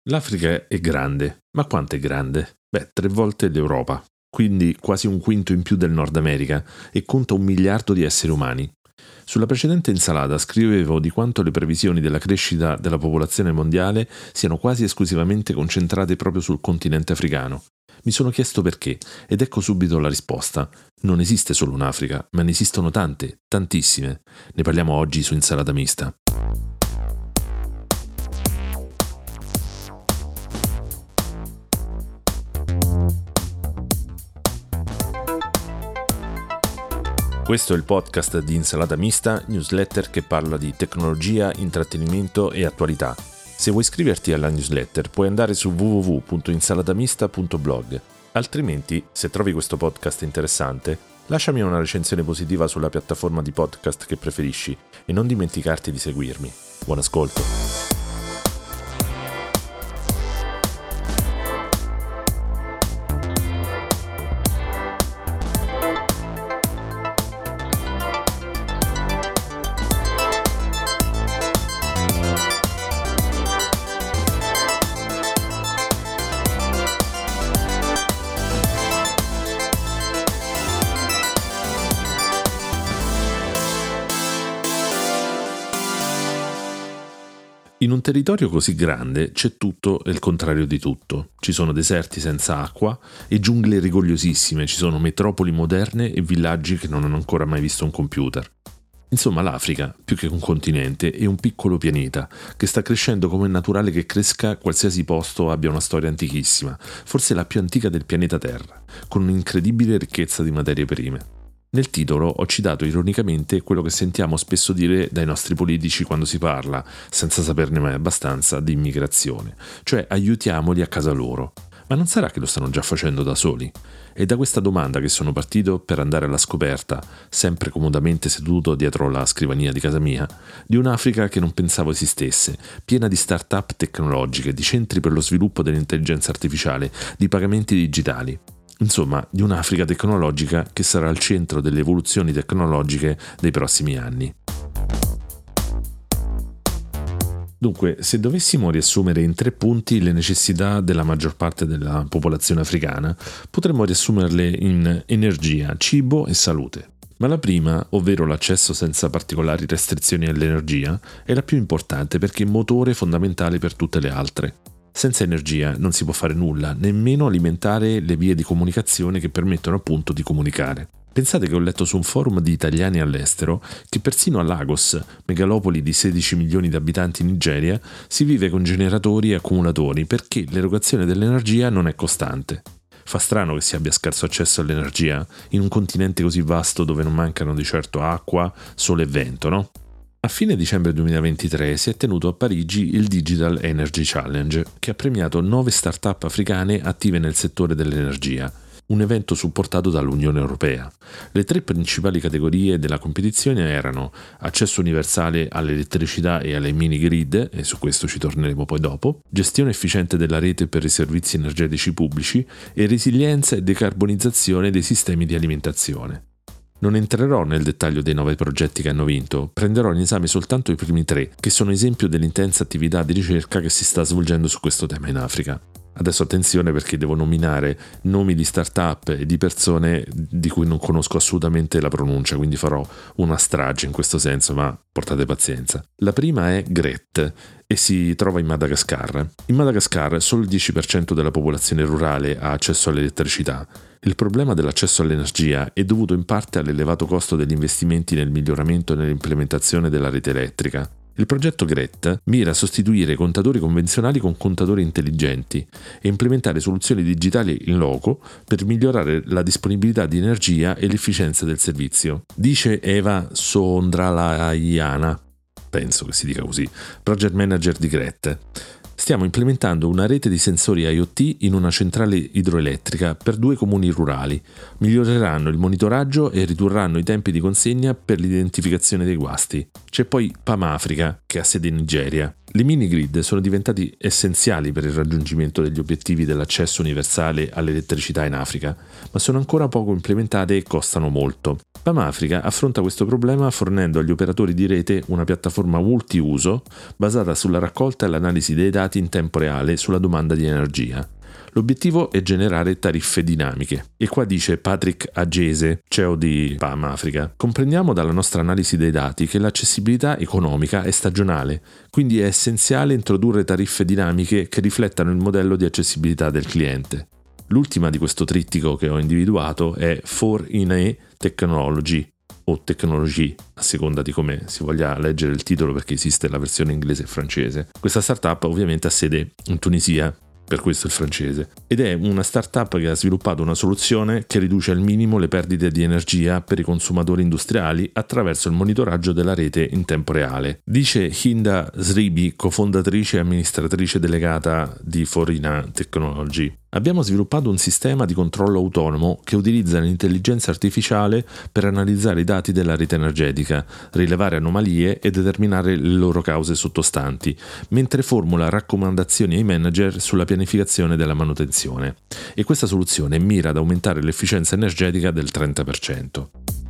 L'Africa è grande, ma quanto è grande? 3 volte l'Europa, quindi quasi un quinto in più del Nord America e conta 1 miliardo di esseri umani. Sulla precedente insalata scrivevo di quanto le previsioni della crescita della popolazione mondiale siano quasi esclusivamente concentrate proprio sul continente africano. Mi sono chiesto perché ed ecco subito la risposta. Non esiste solo un'Africa, ma ne esistono tante, tantissime. Ne parliamo oggi su Insalata Mista. Questo è il podcast di Insalata Mista, newsletter che parla di tecnologia, intrattenimento e attualità. Se vuoi iscriverti alla newsletter puoi andare su www.insalatamista.blog. Altrimenti, se trovi questo podcast interessante, lasciami una recensione positiva sulla piattaforma di podcast che preferisci e non dimenticarti di seguirmi. Buon ascolto! In un territorio così grande c'è tutto e il contrario di tutto. Ci sono deserti senza acqua e giungle rigogliosissime, ci sono metropoli moderne e villaggi che non hanno ancora mai visto un computer. Insomma, l'Africa, più che un continente, è un piccolo pianeta che sta crescendo come è naturale che cresca qualsiasi posto abbia una storia antichissima, forse la più antica del pianeta Terra, con un'incredibile ricchezza di materie prime. Nel titolo ho citato ironicamente quello che sentiamo spesso dire dai nostri politici quando si parla, senza saperne mai abbastanza, di immigrazione, cioè aiutiamoli a casa loro. Ma non sarà che lo stanno già facendo da soli? È da questa domanda che sono partito per andare alla scoperta, sempre comodamente seduto dietro la scrivania di casa mia, di un'Africa che non pensavo esistesse, piena di start-up tecnologiche, di centri per lo sviluppo dell'intelligenza artificiale, di pagamenti digitali. Insomma, di un'Africa tecnologica che sarà al centro delle evoluzioni tecnologiche dei prossimi anni. Dunque, se dovessimo riassumere in 3 punti le necessità della maggior parte della popolazione africana, potremmo riassumerle in energia, cibo e salute. Ma la prima, ovvero l'accesso senza particolari restrizioni all'energia, è la più importante perché è motore fondamentale per tutte le altre. Senza energia non si può fare nulla, nemmeno alimentare le vie di comunicazione che permettono appunto di comunicare. Pensate che ho letto su un forum di italiani all'estero che persino a Lagos, megalopoli di 16 milioni di abitanti in Nigeria, si vive con generatori e accumulatori perché l'erogazione dell'energia non è costante. Fa strano che si abbia scarso accesso all'energia in un continente così vasto dove non mancano di certo acqua, sole e vento, no? A fine dicembre 2023 si è tenuto a Parigi il Digital Energy Challenge, che ha premiato 9 start-up africane attive nel settore dell'energia, un evento supportato dall'Unione Europea. Le 3 principali categorie della competizione erano accesso universale all'elettricità e alle mini-grid, e su questo ci torneremo poi dopo, gestione efficiente della rete per i servizi energetici pubblici e resilienza e decarbonizzazione dei sistemi di alimentazione. Non entrerò nel dettaglio dei 9 progetti che hanno vinto, prenderò in esame soltanto i primi 3, che sono esempio dell'intensa attività di ricerca che si sta svolgendo su questo tema in Africa. Adesso attenzione perché devo nominare nomi di start-up e di persone di cui non conosco assolutamente la pronuncia, quindi farò una strage in questo senso, ma portate pazienza. La prima è GRET e si trova in Madagascar. In Madagascar solo il 10% della popolazione rurale ha accesso all'elettricità. Il problema dell'accesso all'energia è dovuto in parte all'elevato costo degli investimenti nel miglioramento e nell'implementazione della rete elettrica. Il progetto GRET mira a sostituire i contatori convenzionali con contatori intelligenti e implementare soluzioni digitali in loco per migliorare la disponibilità di energia e l'efficienza del servizio. Dice Eva Sondralayana, penso che si dica così, project manager di GRET. Stiamo implementando una rete di sensori IoT in una centrale idroelettrica per 2 comuni rurali. Miglioreranno il monitoraggio e ridurranno i tempi di consegna per l'identificazione dei guasti. C'è poi PAM Africa, che ha sede in Nigeria. Le mini-grid sono diventati essenziali per il raggiungimento degli obiettivi dell'accesso universale all'elettricità in Africa, ma sono ancora poco implementate e costano molto. PAM Africa affronta questo problema fornendo agli operatori di rete una piattaforma multiuso basata sulla raccolta e l'analisi dei dati in tempo reale sulla domanda di energia. L'obiettivo è generare tariffe dinamiche. E qua dice Patrick Agese, CEO di PAM Africa: comprendiamo dalla nostra analisi dei dati che l'accessibilità economica è stagionale, quindi è essenziale introdurre tariffe dinamiche che riflettano il modello di accessibilità del cliente. L'ultima di questo trittico che ho individuato è 4INE Technology, o Technologie, a seconda di come si voglia leggere il titolo, perché esiste la versione inglese e francese. Questa startup ovviamente ha sede in Tunisia, per questo il francese, ed è una startup che ha sviluppato una soluzione che riduce al minimo le perdite di energia per i consumatori industriali attraverso il monitoraggio della rete in tempo reale. Dice Hinda Sribi, cofondatrice e amministratrice delegata di 4INE Technology: abbiamo sviluppato un sistema di controllo autonomo che utilizza l'intelligenza artificiale per analizzare i dati della rete energetica, rilevare anomalie e determinare le loro cause sottostanti, mentre formula raccomandazioni ai manager sulla pianificazione della manutenzione. E questa soluzione mira ad aumentare l'efficienza energetica del 30%.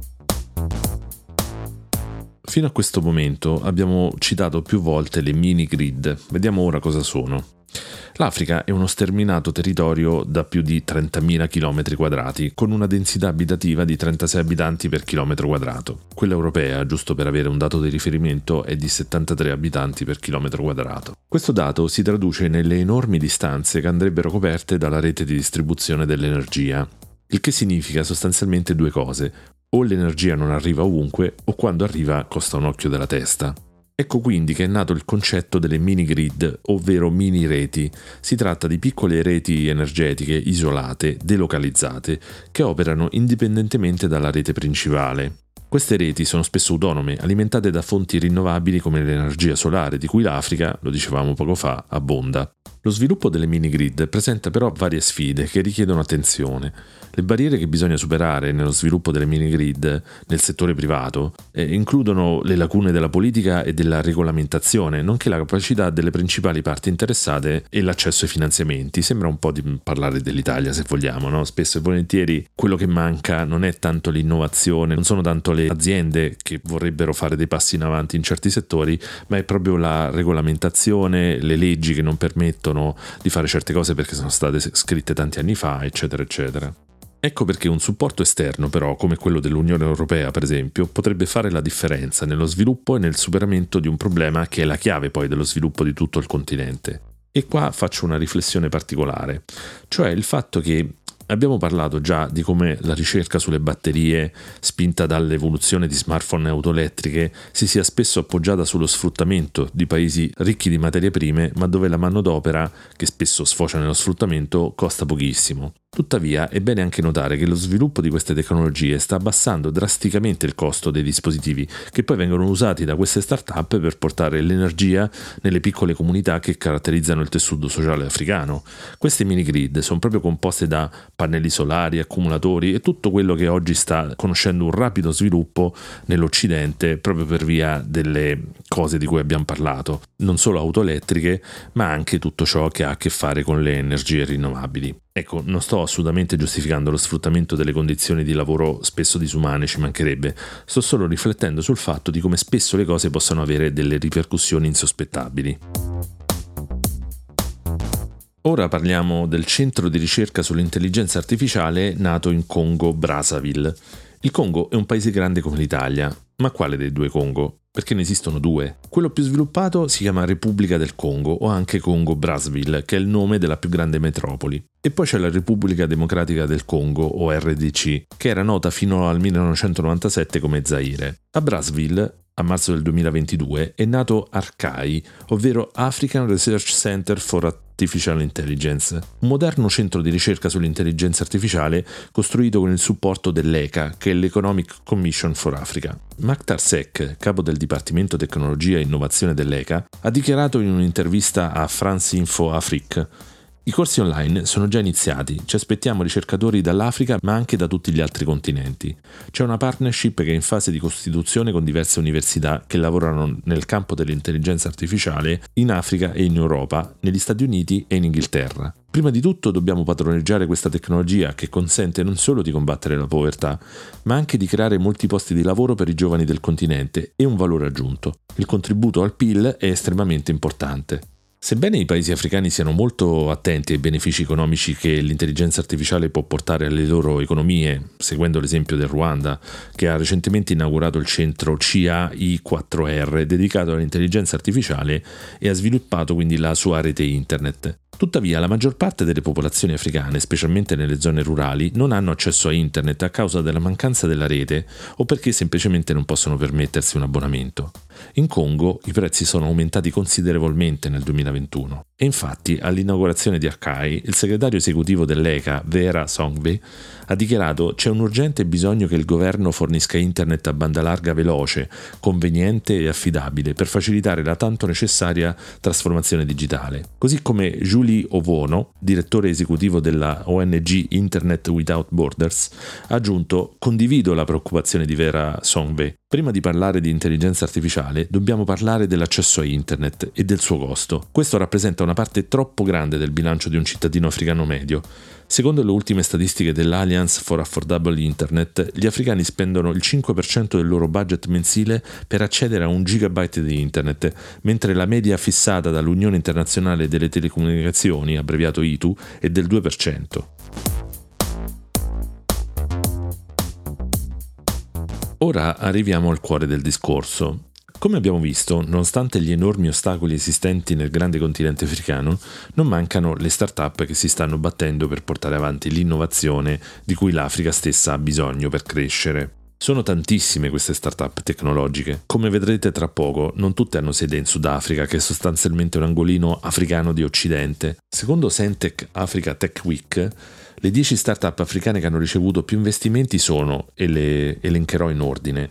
Fino a questo momento abbiamo citato più volte le mini grid. Vediamo ora cosa sono. L'Africa è uno sterminato territorio da più di 30.000 km², con una densità abitativa di 36 abitanti per chilometro quadrato. Quella europea, giusto per avere un dato di riferimento, è di 73 abitanti per chilometro quadrato. Questo dato si traduce nelle enormi distanze che andrebbero coperte dalla rete di distribuzione dell'energia, il che significa sostanzialmente due cose: o l'energia non arriva ovunque, o quando arriva costa un occhio della testa. Ecco quindi che è nato il concetto delle mini grid, ovvero mini reti. Si tratta di piccole reti energetiche isolate, delocalizzate, che operano indipendentemente dalla rete principale. Queste reti sono spesso autonome, alimentate da fonti rinnovabili come l'energia solare, di cui l'Africa, lo dicevamo poco fa, abbonda. Lo sviluppo delle mini grid presenta però varie sfide che richiedono attenzione. Le barriere che bisogna superare nello sviluppo delle mini grid nel settore privato includono le lacune della politica e della regolamentazione, nonché la capacità delle principali parti interessate e l'accesso ai finanziamenti. Sembra un po' di parlare dell'Italia, se vogliamo, no? Spesso e volentieri quello che manca non è tanto l'innovazione, non sono tanto le aziende che vorrebbero fare dei passi in avanti in certi settori, ma è proprio la regolamentazione, le leggi che non permettono di fare certe cose perché sono state scritte tanti anni fa, eccetera eccetera. Ecco perché un supporto esterno, però, come quello dell'Unione Europea, per esempio, potrebbe fare la differenza nello sviluppo e nel superamento di un problema che è la chiave poi dello sviluppo di tutto il continente. E qua faccio una riflessione particolare, cioè il fatto che abbiamo parlato già di come la ricerca sulle batterie, spinta dall'evoluzione di smartphone e auto elettriche, si sia spesso appoggiata sullo sfruttamento di paesi ricchi di materie prime, ma dove la manodopera, che spesso sfocia nello sfruttamento, costa pochissimo. Tuttavia è bene anche notare che lo sviluppo di queste tecnologie sta abbassando drasticamente il costo dei dispositivi che poi vengono usati da queste start-up per portare l'energia nelle piccole comunità che caratterizzano il tessuto sociale africano. Queste mini grid sono proprio composte da pannelli solari, accumulatori e tutto quello che oggi sta conoscendo un rapido sviluppo nell'Occidente proprio per via delle cose di cui abbiamo parlato, non solo auto elettriche ma anche tutto ciò che ha a che fare con le energie rinnovabili. Ecco, non sto assolutamente giustificando lo sfruttamento delle condizioni di lavoro spesso disumane, ci mancherebbe, sto solo riflettendo sul fatto di come spesso le cose possano avere delle ripercussioni insospettabili. Ora parliamo del centro di ricerca sull'intelligenza artificiale nato in Congo-Brazzaville. Il Congo è un paese grande come l'Italia, ma quale dei due Congo? Perché ne esistono due. Quello più sviluppato si chiama Repubblica del Congo o anche Congo-Brazzaville, che è il nome della più grande metropoli. E poi c'è la Repubblica Democratica del Congo o RDC, che era nota fino al 1997 come Zaire. A Brazzaville, a marzo del 2022, è nato ARCAI, ovvero African Research Center for Artificial Intelligence, un moderno centro di ricerca sull'intelligenza artificiale costruito con il supporto dell'ECA, che è l'Economic Commission for Africa. Makhtar Seck, capo del Dipartimento Tecnologia e Innovazione dell'ECA, ha dichiarato in un'intervista a France Info Afrique: I corsi online sono già iniziati, ci aspettiamo ricercatori dall'Africa ma anche da tutti gli altri continenti. C'è una partnership che è in fase di costituzione con diverse università che lavorano nel campo dell'intelligenza artificiale in Africa e in Europa, negli Stati Uniti e in Inghilterra. Prima di tutto dobbiamo padroneggiare questa tecnologia che consente non solo di combattere la povertà, ma anche di creare molti posti di lavoro per i giovani del continente e un valore aggiunto. Il contributo al PIL è estremamente importante. Sebbene i paesi africani siano molto attenti ai benefici economici che l'intelligenza artificiale può portare alle loro economie, seguendo l'esempio del Ruanda, che ha recentemente inaugurato il centro CAI4R dedicato all'intelligenza artificiale e ha sviluppato quindi la sua rete internet. Tuttavia, la maggior parte delle popolazioni africane, specialmente nelle zone rurali, non hanno accesso a internet a causa della mancanza della rete o perché semplicemente non possono permettersi un abbonamento. In Congo i prezzi sono aumentati considerevolmente nel 2021 e infatti all'inaugurazione di Akai il segretario esecutivo dell'ECA, Vera Songwe, ha dichiarato: c'è un urgente bisogno che il governo fornisca internet a banda larga veloce, conveniente e affidabile per facilitare la tanto necessaria trasformazione digitale. Così come Julie Ovono, direttore esecutivo della ONG Internet Without Borders, ha aggiunto: condivido la preoccupazione di Vera Songwe. Prima di parlare di intelligenza artificiale, dobbiamo parlare dell'accesso a internet e del suo costo. Questo rappresenta una parte troppo grande del bilancio di un cittadino africano medio. Secondo le ultime statistiche dell'Alliance for Affordable Internet, gli africani spendono il 5% del loro budget mensile per accedere a 1 gigabyte di internet, mentre la media fissata dall'Unione Internazionale delle Telecomunicazioni, abbreviato ITU, è del 2%. Ora arriviamo al cuore del discorso. Come abbiamo visto, nonostante gli enormi ostacoli esistenti nel grande continente africano, non mancano le start-up che si stanno battendo per portare avanti l'innovazione di cui l'Africa stessa ha bisogno per crescere. Sono tantissime queste start-up tecnologiche. Come vedrete tra poco, non tutte hanno sede in Sudafrica, che è sostanzialmente un angolino africano di Occidente. Secondo Sentech Africa Tech Week, le 10 start-up africane che hanno ricevuto più investimenti sono, e le elencherò in ordine: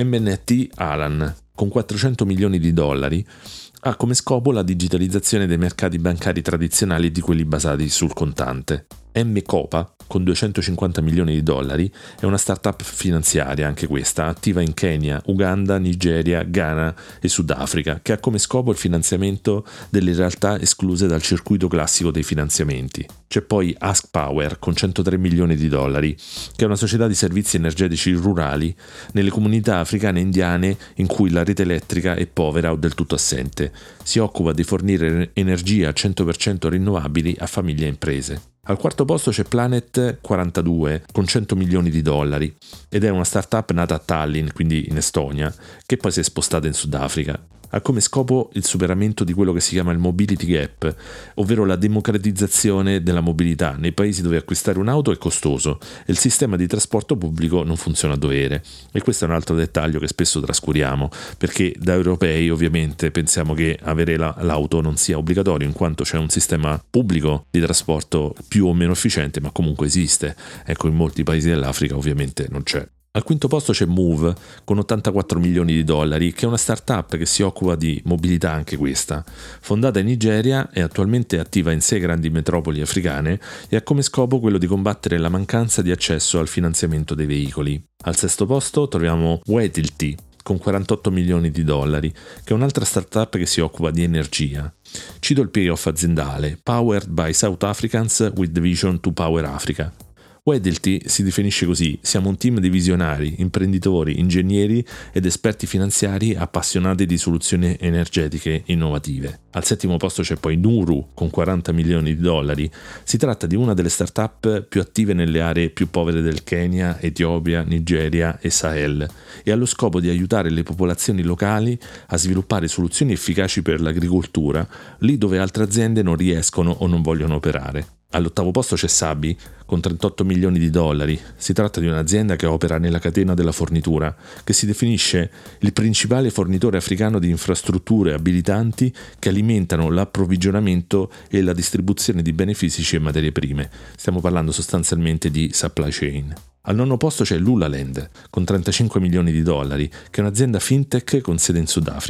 MNT Alan, con 400 milioni di dollari, ha come scopo la digitalizzazione dei mercati bancari tradizionali e di quelli basati sul contante. M-Copa, con 250 milioni di dollari, è una startup finanziaria, anche questa, attiva in Kenya, Uganda, Nigeria, Ghana e Sudafrica, che ha come scopo il finanziamento delle realtà escluse dal circuito classico dei finanziamenti. C'è poi Ask Power, con 103 milioni di dollari, che è una società di servizi energetici rurali nelle comunità africane e indiane in cui la rete elettrica è povera o del tutto assente. Si occupa di fornire energia 100% rinnovabili a famiglie e imprese. Al quarto posto c'è Planet 42 con 100 milioni di dollari ed è una startup nata a Tallinn, quindi in Estonia, che poi si è spostata in Sudafrica. Ha come scopo il superamento di quello che si chiama il mobility gap, ovvero la democratizzazione della mobilità nei paesi dove acquistare un'auto è costoso e il sistema di trasporto pubblico non funziona a dovere. E questo è un altro dettaglio che spesso trascuriamo, perché da europei ovviamente pensiamo che avere l'auto non sia obbligatorio, in quanto c'è un sistema pubblico di trasporto più o meno efficiente, ma comunque esiste. Ecco, in molti paesi dell'Africa ovviamente non c'è. Al quinto posto c'è Move, con 84 milioni di dollari, che è una startup che si occupa di mobilità anche questa. Fondata in Nigeria, è attualmente attiva in 6 grandi metropoli africane e ha come scopo quello di combattere la mancanza di accesso al finanziamento dei veicoli. Al sesto posto troviamo Wetilty, con 48 milioni di dollari, che è un'altra startup che si occupa di energia. Cito il payoff aziendale, Powered by South Africans with the Vision to Power Africa. Wedelty si definisce così: siamo un team di visionari, imprenditori, ingegneri ed esperti finanziari appassionati di soluzioni energetiche innovative. Al settimo posto c'è poi Nuru con 40 milioni di dollari. Si tratta di una delle start-up più attive nelle aree più povere del Kenya, Etiopia, Nigeria e Sahel e ha lo scopo di aiutare le popolazioni locali a sviluppare soluzioni efficaci per l'agricoltura lì dove altre aziende non riescono o non vogliono operare. All'ottavo posto c'è Sabi, con 38 milioni di dollari. Si tratta di un'azienda che opera nella catena della fornitura, che si definisce il principale fornitore africano di infrastrutture abilitanti che alimentano l'approvvigionamento e la distribuzione di beni fisici e materie prime. Stiamo parlando sostanzialmente di supply chain. Al nono posto c'è Lulaland, con 35 milioni di dollari, che è un'azienda fintech con sede in Sudafrica.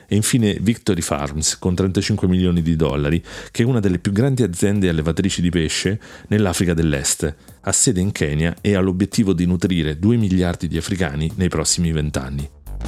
E infine Victory Farms con 35 milioni di dollari, che è una delle più grandi aziende allevatrici di pesce nell'Africa dell'Est, ha sede in Kenya e ha l'obiettivo di nutrire 2 miliardi di africani nei prossimi 20 anni.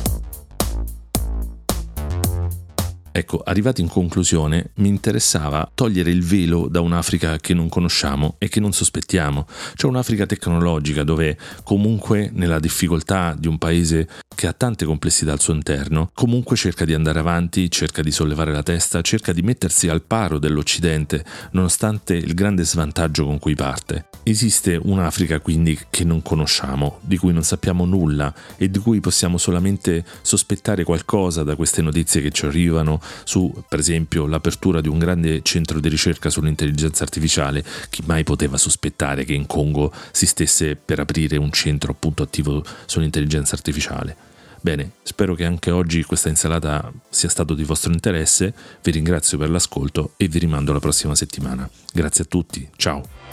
Ecco, arrivati in conclusione, mi interessava togliere il velo da un'Africa che non conosciamo e che non sospettiamo, cioè un'Africa tecnologica dove comunque nella difficoltà di un paese che ha tante complessità al suo interno, comunque cerca di andare avanti, cerca di sollevare la testa, cerca di mettersi al paro dell'Occidente, nonostante il grande svantaggio con cui parte. Esiste un'Africa quindi che non conosciamo, di cui non sappiamo nulla e di cui possiamo solamente sospettare qualcosa da queste notizie che ci arrivano su, per esempio, l'apertura di un grande centro di ricerca sull'intelligenza artificiale. Chi mai poteva sospettare che in Congo si stesse per aprire un centro appunto attivo sull'intelligenza artificiale? Bene, spero che anche oggi questa insalata sia stato di vostro interesse, vi ringrazio per l'ascolto e vi rimando alla prossima settimana. Grazie a tutti, ciao!